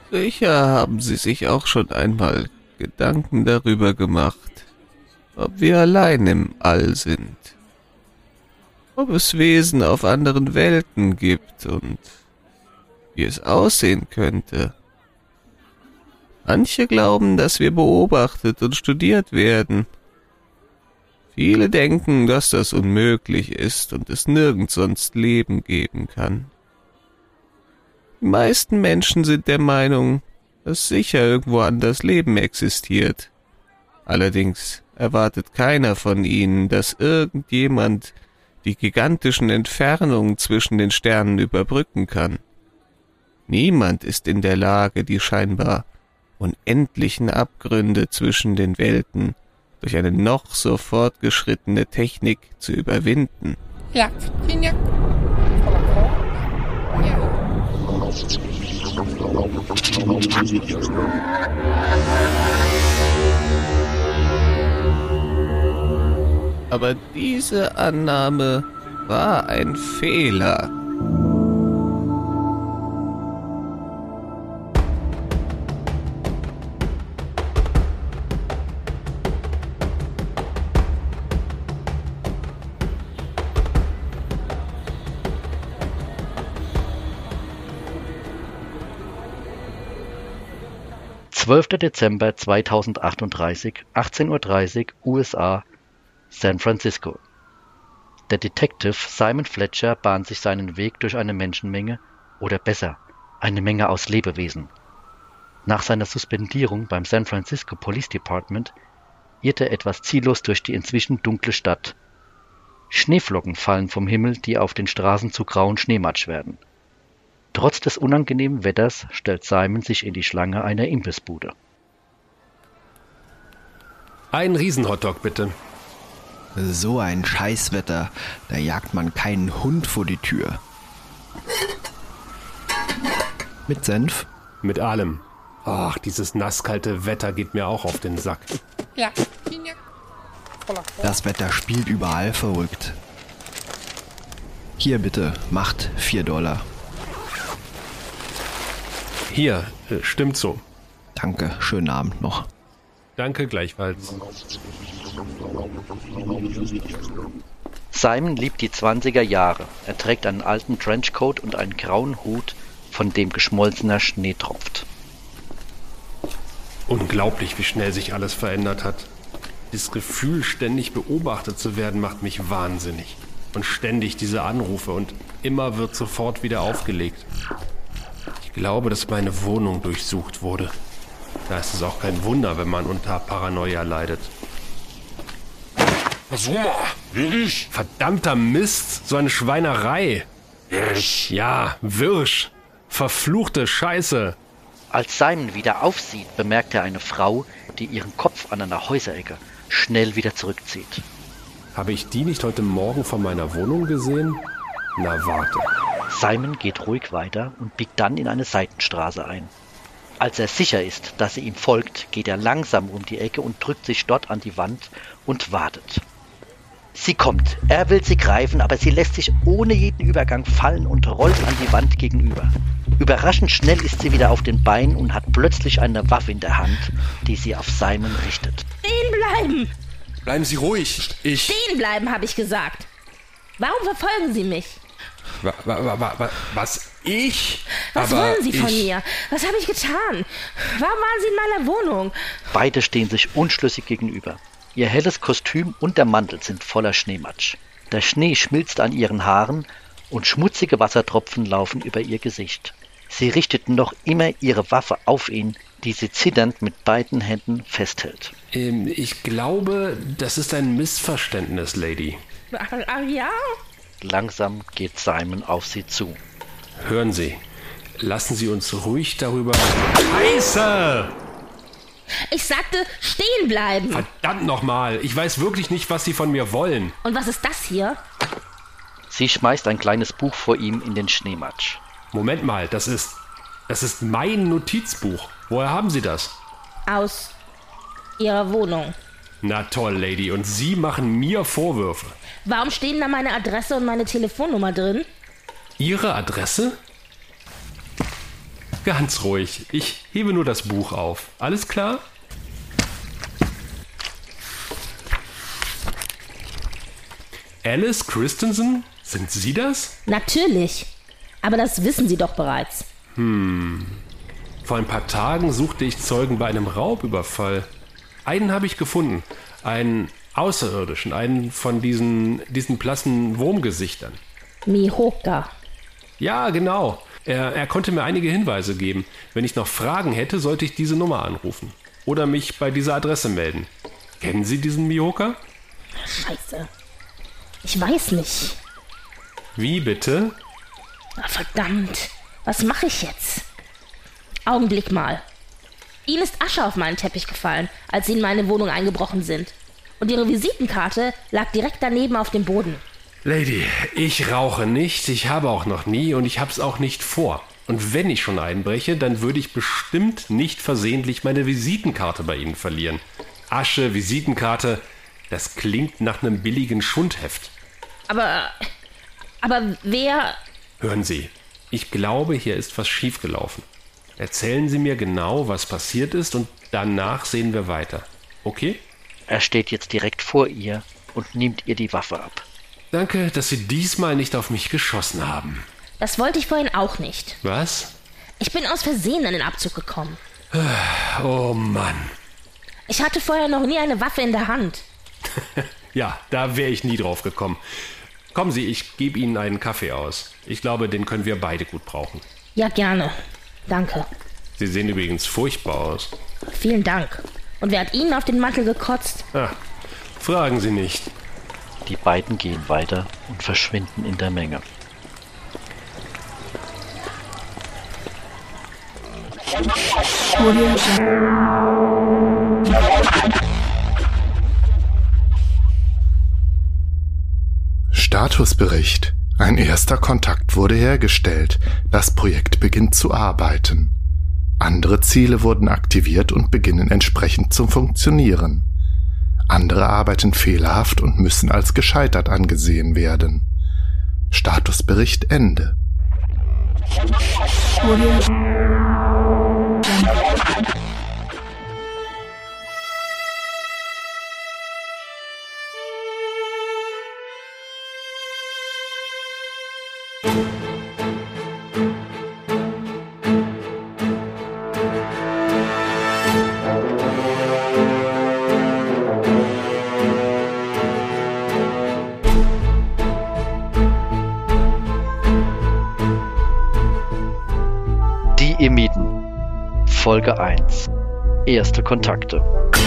Sicher haben Sie sich auch schon einmal Gedanken darüber gemacht, ob wir allein im All sind, ob es Wesen auf anderen Welten gibt und wie es aussehen könnte. Manche glauben, dass wir beobachtet und studiert werden. Viele denken, dass das unmöglich ist und es nirgends sonst Leben geben kann. Die meisten Menschen sind der Meinung, dass sicher irgendwo anders Leben existiert. Allerdings erwartet keiner von ihnen, dass irgendjemand die gigantischen Entfernungen zwischen den Sternen überbrücken kann. Niemand ist in der Lage, die scheinbar unendlichen Abgründe zwischen den Welten durch eine noch so fortgeschrittene Technik zu überwinden. Ja, ja. Aber diese Annahme war ein Fehler. Dezember 2038, 18:30 Uhr, USA, San Francisco. Der Detective Simon Fletcher bahnt sich seinen Weg durch eine Menschenmenge, oder besser, eine Menge aus Lebewesen. Nach seiner Suspendierung beim San Francisco Police Department irrt er etwas ziellos durch die inzwischen dunkle Stadt. Schneeflocken fallen vom Himmel, die auf den Straßen zu grauen Schneematsch werden. Trotz des unangenehmen Wetters stellt Simon sich in die Schlange einer Imbissbude. Ein Riesen-Hotdog, bitte. So ein Scheißwetter, da jagt man keinen Hund vor die Tür. Mit Senf? Mit allem. Ach, dieses nasskalte Wetter geht mir auch auf den Sack. Ja. Das Wetter spielt überall verrückt. Hier bitte, macht $4. Hier, stimmt so. Danke, schönen Abend noch. Danke gleichfalls. Simon liebt die 20er Jahre. Er trägt einen alten Trenchcoat und einen grauen Hut, von dem geschmolzener Schnee tropft. Unglaublich, wie schnell sich alles verändert hat. Das Gefühl, ständig beobachtet zu werden, macht mich wahnsinnig. Und ständig diese Anrufe und immer wird sofort wieder aufgelegt. Ich glaube, dass meine Wohnung durchsucht wurde. Da ist es auch kein Wunder, wenn man unter Paranoia leidet. Was mal? Wirsch? Verdammter Mist, so eine Schweinerei. Wirsch. Ja, Wirsch. Verfluchte Scheiße. Als Simon wieder aufsieht, bemerkt er eine Frau, die ihren Kopf an einer Häuserecke schnell wieder zurückzieht. Habe ich die nicht heute Morgen vor meiner Wohnung gesehen? Na warte. Simon geht ruhig weiter und biegt dann in eine Seitenstraße ein. Als er sicher ist, dass sie ihm folgt, geht er langsam um die Ecke und drückt sich dort an die Wand und wartet. Sie kommt. Er will sie greifen, aber sie lässt sich ohne jeden Übergang fallen und rollt an die Wand gegenüber. Überraschend schnell ist sie wieder auf den Beinen und hat plötzlich eine Waffe in der Hand, die sie auf Simon richtet. Stehen bleiben! Bleiben Sie ruhig. Stehen bleiben, habe ich gesagt. Warum verfolgen Sie mich? Was? Ich? Was wollen Sie von mir? Was habe ich getan? Warum waren Sie in meiner Wohnung? Beide stehen sich unschlüssig gegenüber. Ihr helles Kostüm und der Mantel sind voller Schneematsch. Der Schnee schmilzt an ihren Haaren und schmutzige Wassertropfen laufen über ihr Gesicht. Sie richtet noch immer ihre Waffe auf ihn, die sie zitternd mit beiden Händen festhält. Ich glaube, das ist ein Missverständnis, Lady. Ach ja? Langsam geht Simon auf sie zu. Hören Sie, lassen Sie uns ruhig darüber... Scheiße! Ich sagte, stehen bleiben. Verdammt nochmal, ich weiß wirklich nicht, was Sie von mir wollen. Und was ist das hier? Sie schmeißt ein kleines Buch vor ihm in den Schneematsch. Moment mal, das ist mein Notizbuch. Woher haben Sie das? Aus Ihrer Wohnung. Na toll, Lady, und Sie machen mir Vorwürfe. Warum stehen da meine Adresse und meine Telefonnummer drin? Ihre Adresse? Ganz ruhig. Ich hebe nur das Buch auf. Alles klar? Alice Christensen? Sind Sie das? Natürlich. Aber das wissen Sie doch bereits. Vor ein paar Tagen suchte ich Zeugen bei einem Raubüberfall. Einen habe ich gefunden. Einen Außerirdischen. Einen von diesen blassen Wurmgesichtern. Mihoka. Ja, genau. Er konnte mir einige Hinweise geben. Wenn ich noch Fragen hätte, sollte ich diese Nummer anrufen. Oder mich bei dieser Adresse melden. Kennen Sie diesen Mihoka? Scheiße. Ich weiß nicht. Wie bitte? Ah, verdammt. Was mache ich jetzt? Augenblick mal. Ihnen ist Asche auf meinen Teppich gefallen, als Sie in meine Wohnung eingebrochen sind. Und Ihre Visitenkarte lag direkt daneben auf dem Boden. Lady, ich rauche nicht, ich habe auch noch nie und ich hab's auch nicht vor. Und wenn ich schon einbreche, dann würde ich bestimmt nicht versehentlich meine Visitenkarte bei Ihnen verlieren. Asche, Visitenkarte, das klingt nach einem billigen Schundheft. Aber wer... Hören Sie, ich glaube, hier ist was schiefgelaufen. Erzählen Sie mir genau, was passiert ist und danach sehen wir weiter. Okay? Er steht jetzt direkt vor ihr und nimmt ihr die Waffe ab. Danke, dass Sie diesmal nicht auf mich geschossen haben. Das wollte ich vorhin auch nicht. Was? Ich bin aus Versehen in den Abzug gekommen. Oh Mann. Ich hatte vorher noch nie eine Waffe in der Hand. Ja, da wäre ich nie drauf gekommen. Kommen Sie, ich gebe Ihnen einen Kaffee aus. Ich glaube, den können wir beide gut brauchen. Ja, gerne. Danke. Sie sehen übrigens furchtbar aus. Vielen Dank. Und wer hat Ihnen auf den Mantel gekotzt? Fragen Sie nicht. Die beiden gehen weiter und verschwinden in der Menge. Statusbericht. Ein erster Kontakt wurde hergestellt. Das Projekt beginnt zu arbeiten. Andere Ziele wurden aktiviert und beginnen entsprechend zu funktionieren. Andere arbeiten fehlerhaft und müssen als gescheitert angesehen werden. Statusbericht Ende. Die Emiden. Folge 1. Erste Kontakte.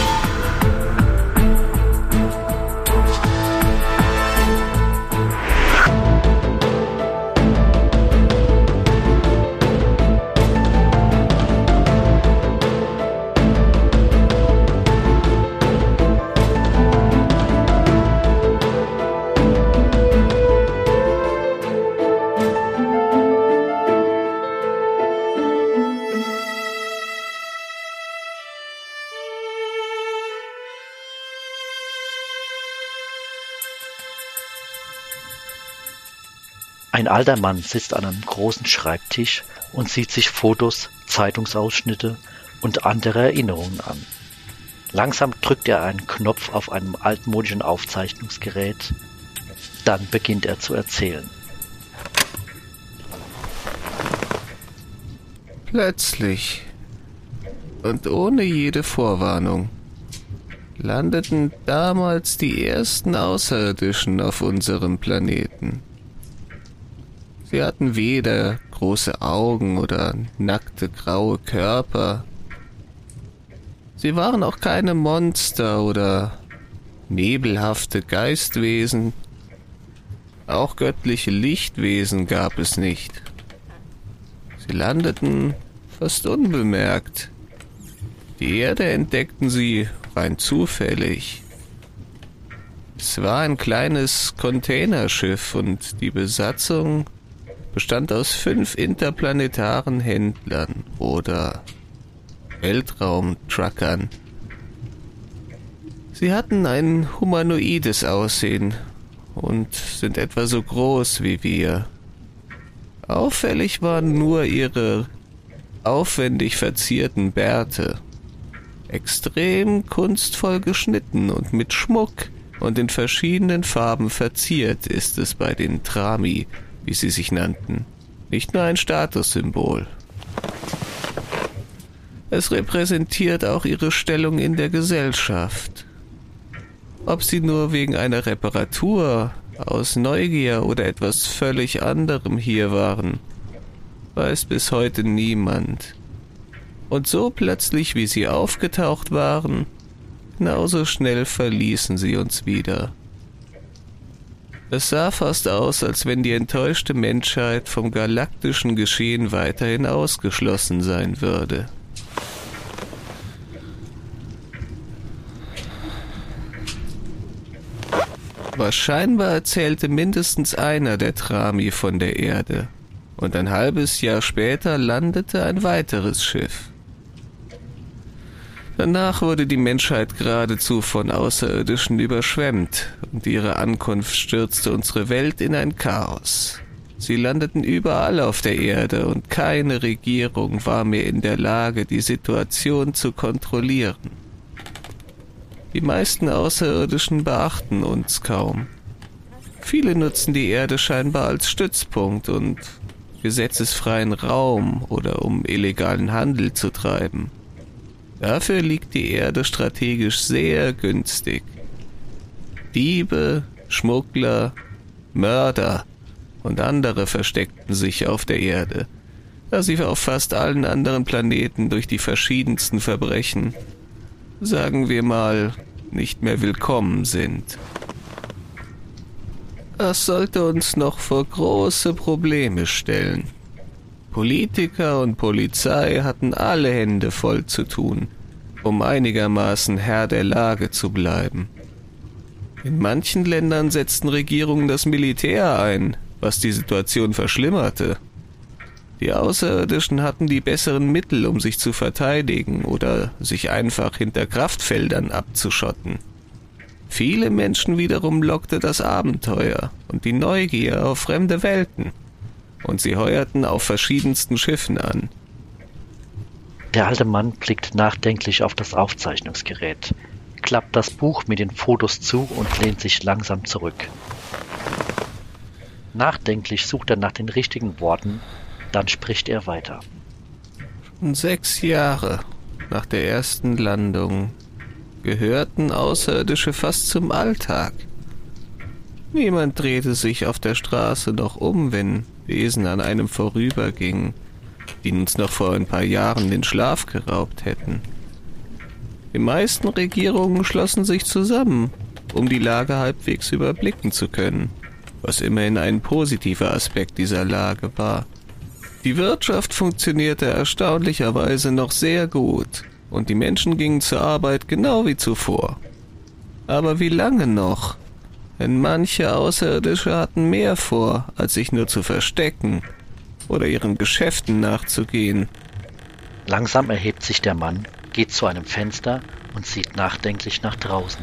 Ein alter Mann sitzt an einem großen Schreibtisch und sieht sich Fotos, Zeitungsausschnitte und andere Erinnerungen an. Langsam drückt er einen Knopf auf einem altmodischen Aufzeichnungsgerät. Dann beginnt er zu erzählen. Plötzlich und ohne jede Vorwarnung landeten damals die ersten Außerirdischen auf unserem Planeten. Sie hatten weder große Augen oder nackte graue Körper. Sie waren auch keine Monster oder nebelhafte Geistwesen. Auch göttliche Lichtwesen gab es nicht. Sie landeten fast unbemerkt. Die Erde entdeckten sie rein zufällig. Es war ein kleines Containerschiff und die Besatzung bestand aus 5 interplanetaren Händlern oder Weltraumtruckern. Sie hatten ein humanoides Aussehen und sind etwa so groß wie wir. Auffällig waren nur ihre aufwendig verzierten Bärte. Extrem kunstvoll geschnitten und mit Schmuck und in verschiedenen Farben verziert ist es bei den Trami, wie sie sich nannten. Nicht nur ein Statussymbol. Es repräsentiert auch ihre Stellung in der Gesellschaft. Ob sie nur wegen einer Reparatur, aus Neugier oder etwas völlig anderem hier waren, weiß bis heute niemand. Und so plötzlich, wie sie aufgetaucht waren, genauso schnell verließen sie uns wieder. Es sah fast aus, als wenn die enttäuschte Menschheit vom galaktischen Geschehen weiterhin ausgeschlossen sein würde. Aber scheinbar erzählte mindestens einer der Trami von der Erde. Und ein halbes Jahr später landete ein weiteres Schiff. Danach wurde die Menschheit geradezu von Außerirdischen überschwemmt und ihre Ankunft stürzte unsere Welt in ein Chaos. Sie landeten überall auf der Erde und keine Regierung war mehr in der Lage, die Situation zu kontrollieren. Die meisten Außerirdischen beachten uns kaum. Viele nutzen die Erde scheinbar als Stützpunkt und gesetzesfreien Raum oder um illegalen Handel zu treiben. Dafür liegt die Erde strategisch sehr günstig. Diebe, Schmuggler, Mörder und andere versteckten sich auf der Erde, da sie auf fast allen anderen Planeten durch die verschiedensten Verbrechen, sagen wir mal, nicht mehr willkommen sind. Das sollte uns noch vor große Probleme stellen. Politiker und Polizei hatten alle Hände voll zu tun, um einigermaßen Herr der Lage zu bleiben. In manchen Ländern setzten Regierungen das Militär ein, was die Situation verschlimmerte. Die Außerirdischen hatten die besseren Mittel, um sich zu verteidigen oder sich einfach hinter Kraftfeldern abzuschotten. Viele Menschen wiederum lockte das Abenteuer und die Neugier auf fremde Welten. Und sie heuerten auf verschiedensten Schiffen an. Der alte Mann blickt nachdenklich auf das Aufzeichnungsgerät, klappt das Buch mit den Fotos zu und lehnt sich langsam zurück. Nachdenklich sucht er nach den richtigen Worten, dann spricht er weiter. Schon 6 Jahre nach der ersten Landung gehörten Außerirdische fast zum Alltag. Niemand drehte sich auf der Straße noch um, wenn Wesen an einem vorübergingen, die uns noch vor ein paar Jahren den Schlaf geraubt hätten. Die meisten Regierungen schlossen sich zusammen, um die Lage halbwegs überblicken zu können, was immerhin ein positiver Aspekt dieser Lage war. Die Wirtschaft funktionierte erstaunlicherweise noch sehr gut und die Menschen gingen zur Arbeit genau wie zuvor. Aber wie lange noch? Denn manche Außerirdische hatten mehr vor, als sich nur zu verstecken oder ihren Geschäften nachzugehen. Langsam erhebt sich der Mann, geht zu einem Fenster und sieht nachdenklich nach draußen.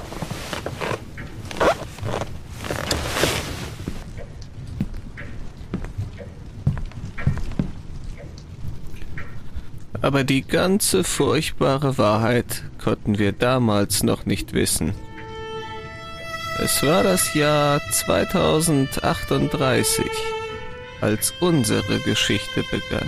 Aber die ganze furchtbare Wahrheit konnten wir damals noch nicht wissen. Es war das Jahr 2038, als unsere Geschichte begann.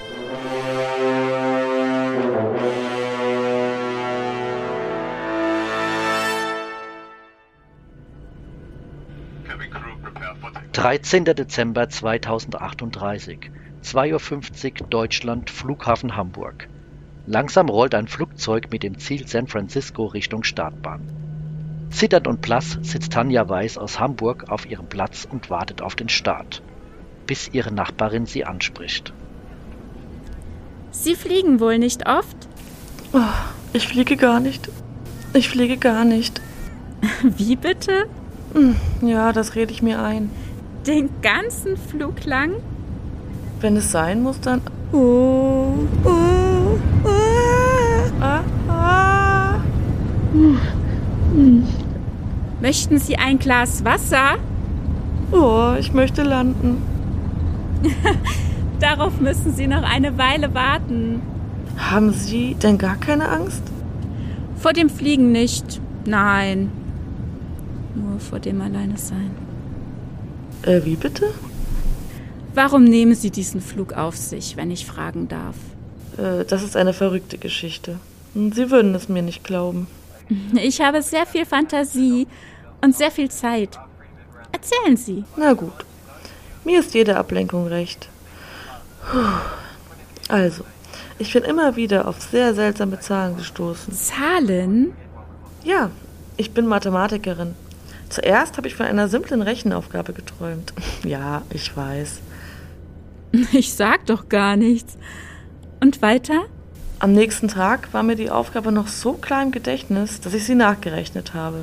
(13. Dezember 2038, 2:50 Uhr Deutschland, Flughafen Hamburg. Langsam rollt ein Flugzeug mit dem Ziel San Francisco Richtung Startbahn. Zitternd und blass sitzt Tanja Weiß aus Hamburg auf ihrem Platz und wartet auf den Start, bis ihre Nachbarin sie anspricht. Sie fliegen wohl nicht oft? Oh, ich fliege gar nicht. Ich fliege gar nicht. Wie bitte? Ja, das rede ich mir ein. Den ganzen Flug lang? Wenn es sein muss, dann... Möchten Sie ein Glas Wasser? Oh, ich möchte landen. Darauf müssen Sie noch eine Weile warten. Haben Sie denn gar keine Angst? Vor dem Fliegen nicht. Nein. Nur vor dem Alleinesein. Wie bitte? Warum nehmen Sie diesen Flug auf sich, wenn ich fragen darf? Das ist eine verrückte Geschichte. Sie würden es mir nicht glauben. Ich habe sehr viel Fantasie und sehr viel Zeit. Erzählen Sie. Na gut. Mir ist jede Ablenkung recht. Also, ich bin immer wieder auf sehr seltsame Zahlen gestoßen. Zahlen? Ja, ich bin Mathematikerin. Zuerst habe ich von einer simplen Rechenaufgabe geträumt. Ja, ich weiß. Ich sag doch gar nichts. Und weiter? Am nächsten Tag war mir die Aufgabe noch so klar im Gedächtnis, dass ich sie nachgerechnet habe.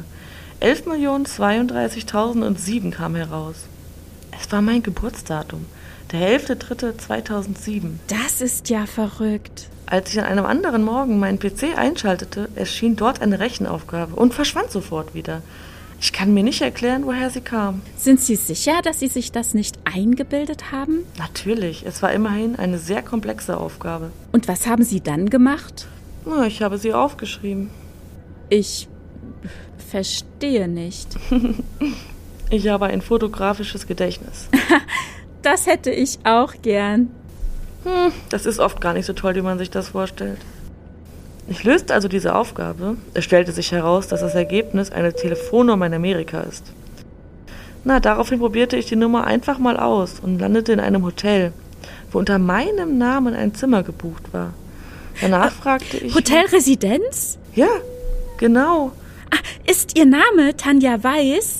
11.032.007 kam heraus. Es war mein Geburtsdatum, der 11.03.2007. Das ist ja verrückt. Als ich an einem anderen Morgen meinen PC einschaltete, erschien dort eine Rechenaufgabe und verschwand sofort wieder. Ich kann mir nicht erklären, woher sie kam. Sind Sie sicher, dass Sie sich das nicht eingebildet haben? Natürlich, es war immerhin eine sehr komplexe Aufgabe. Und was haben Sie dann gemacht? Ich habe sie aufgeschrieben. Ich verstehe nicht. Ich habe ein fotografisches Gedächtnis. Das hätte ich auch gern. Das ist oft gar nicht so toll, wie man sich das vorstellt. Ich löste also diese Aufgabe. Es stellte sich heraus, dass das Ergebnis eine Telefonnummer in Amerika ist. Daraufhin probierte ich die Nummer einfach mal aus und landete in einem Hotel, wo unter meinem Namen ein Zimmer gebucht war. Danach fragte ich... Hotelresidenz? Ja, genau. Ist Ihr Name Tanja Weiß?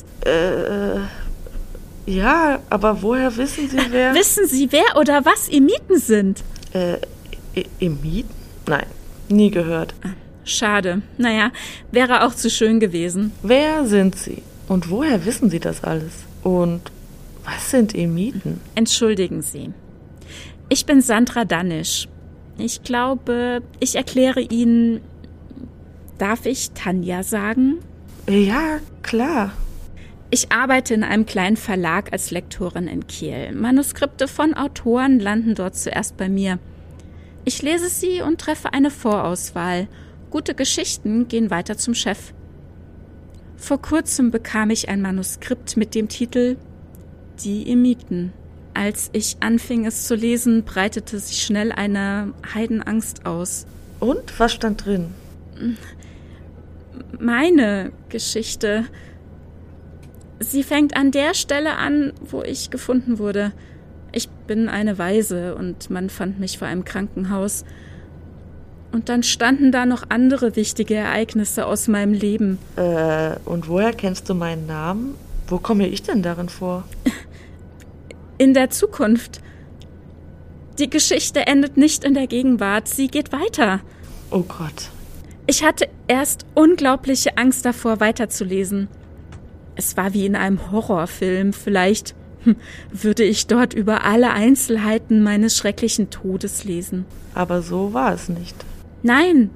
Ja, aber woher wissen Sie, wer... Wissen Sie, wer oder was Emiten sind? Emiten? Nein, nie gehört. Schade. Naja, wäre auch zu schön gewesen. Wer sind Sie? Und woher wissen Sie das alles? Und was sind Emiten? Entschuldigen Sie. Ich bin Sandra Danisch. Ich glaube, ich erkläre Ihnen... Darf ich Tanja sagen? Ja, klar. Ich arbeite in einem kleinen Verlag als Lektorin in Kiel. Manuskripte von Autoren landen dort zuerst bei mir. Ich lese sie und treffe eine Vorauswahl. Gute Geschichten gehen weiter zum Chef. Vor kurzem bekam ich ein Manuskript mit dem Titel Die Emiten. Als ich anfing, es zu lesen, breitete sich schnell eine Heidenangst aus. Und? Was stand drin? Meine Geschichte. Sie fängt an der Stelle an, wo ich gefunden wurde. Ich bin eine Waise und man fand mich vor einem Krankenhaus. Und dann standen da noch andere wichtige Ereignisse aus meinem Leben. Und woher kennst du meinen Namen? Wo komme ich denn darin vor? In der Zukunft. Die Geschichte endet nicht in der Gegenwart, sie geht weiter. Oh Gott. Ich hatte erst unglaubliche Angst davor, weiterzulesen. Es war wie in einem Horrorfilm. Vielleicht würde ich dort über alle Einzelheiten meines schrecklichen Todes lesen. Aber so war es nicht. Nein,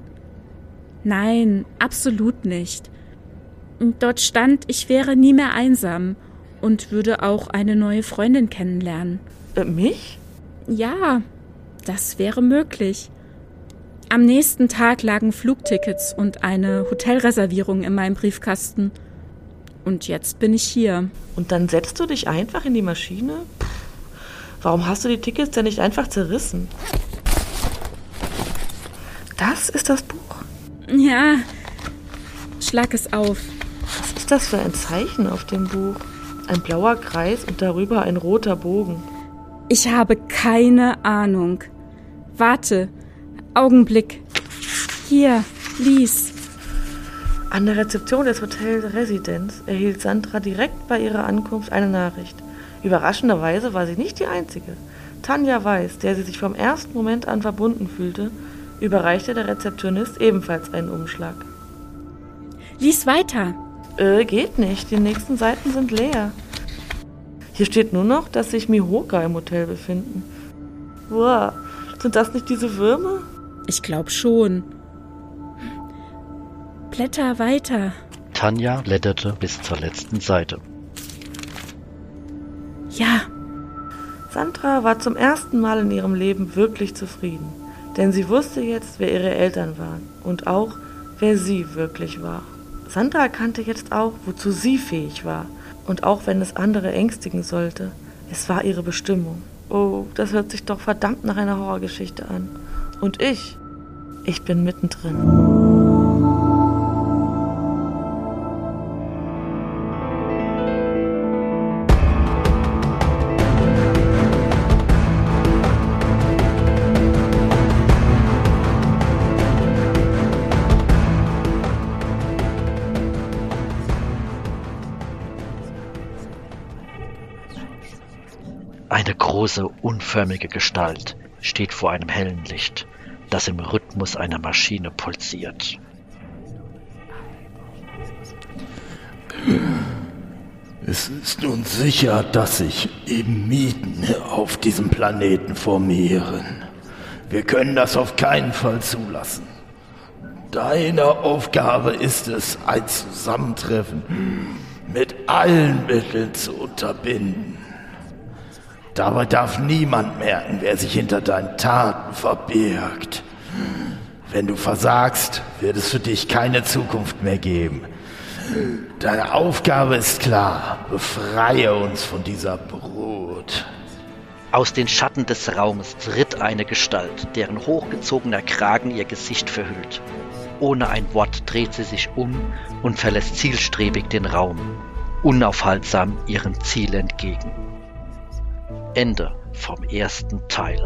absolut nicht. Dort stand, ich wäre nie mehr einsam und würde auch eine neue Freundin kennenlernen. Mich? Ja, das wäre möglich. Am nächsten Tag lagen Flugtickets und eine Hotelreservierung in meinem Briefkasten. Und jetzt bin ich hier. Und dann setzt du dich einfach in die Maschine? Warum hast du die Tickets denn nicht einfach zerrissen? Das ist das Buch? Ja, schlag es auf. Was ist das für ein Zeichen auf dem Buch? Ein blauer Kreis und darüber ein roter Bogen. Ich habe keine Ahnung. Warte, Augenblick. Hier, lies. An der Rezeption des Hotels Residenz erhielt Sandra direkt bei ihrer Ankunft eine Nachricht. Überraschenderweise war sie nicht die Einzige. Tanja Weiß, der sie sich vom ersten Moment an verbunden fühlte, überreichte der Rezeptionist ebenfalls einen Umschlag. Lies weiter. Geht nicht. Die nächsten Seiten sind leer. Hier steht nur noch, dass sich Mihoka im Hotel befinden. Wow, sind das nicht diese Würmer? Ich glaube schon. Blätter weiter. Tanja blätterte bis zur letzten Seite. Ja. Sandra war zum ersten Mal in ihrem Leben wirklich zufrieden, denn sie wusste jetzt, wer ihre Eltern waren und auch, wer sie wirklich war. Sandra erkannte jetzt auch, wozu sie fähig war. Und auch wenn es andere ängstigen sollte, es war ihre Bestimmung. Oh, das hört sich doch verdammt nach einer Horrorgeschichte an. Und ich bin mittendrin. Eine große, unförmige Gestalt steht vor einem hellen Licht, das im Rhythmus einer Maschine pulsiert. Es ist nun sicher, dass sich Emiten auf diesem Planeten formieren. Wir können das auf keinen Fall zulassen. Deine Aufgabe ist es, ein Zusammentreffen mit allen Mitteln zu unterbinden. Dabei darf niemand merken, wer sich hinter deinen Taten verbirgt. Wenn du versagst, wird es für dich keine Zukunft mehr geben. Deine Aufgabe ist klar. Befreie uns von dieser Brut. Aus den Schatten des Raumes tritt eine Gestalt, deren hochgezogener Kragen ihr Gesicht verhüllt. Ohne ein Wort dreht sie sich um und verlässt zielstrebig den Raum, unaufhaltsam ihrem Ziel entgegen. Ende vom ersten Teil.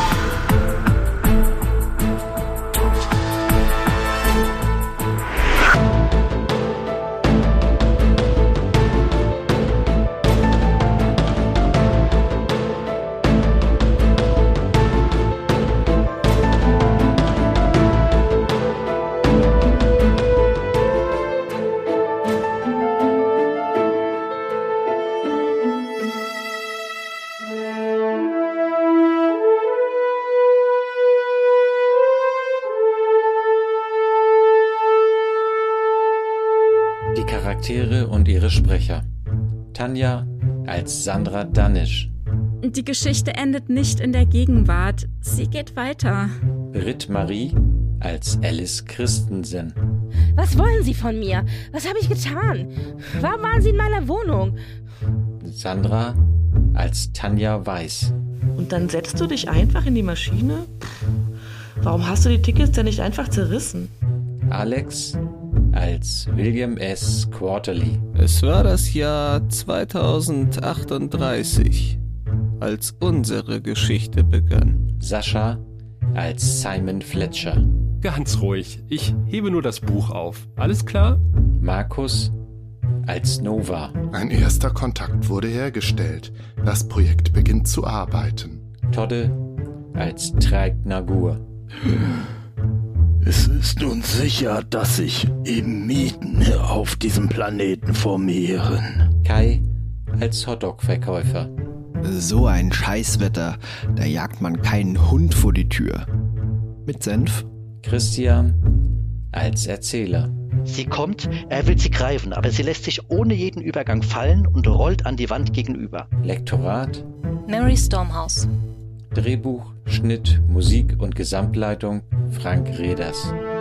Die Charaktere und ihre Sprecher. Tanja als Sandra Danisch. Die Geschichte endet nicht in der Gegenwart. Sie geht weiter. Britt Marie als Alice Christensen. Was wollen Sie von mir? Was habe ich getan? Warum waren Sie in meiner Wohnung? Sandra als Tanja Weiß. Und dann setzt du dich einfach in die Maschine? Warum hast du die Tickets denn nicht einfach zerrissen? Alex als William S. Quarterly. Es war das Jahr 2038, als unsere Geschichte begann. Sascha als Simon Fletcher. Ganz ruhig, ich hebe nur das Buch auf. Alles klar? Markus als Nova. Ein erster Kontakt wurde hergestellt. Das Projekt beginnt zu arbeiten. Todde als Traik Nagur. Es ist nun sicher, dass sich Emiten auf diesem Planeten formieren. Kai als Hotdog-Verkäufer. So ein Scheißwetter, da jagt man keinen Hund vor die Tür. Mit Senf. Christian als Erzähler. Sie kommt, er will sie greifen, aber sie lässt sich ohne jeden Übergang fallen und rollt an die Wand gegenüber. Lektorat. Mary Stormhouse. Drehbuch, Schnitt, Musik und Gesamtleitung Frank Reders.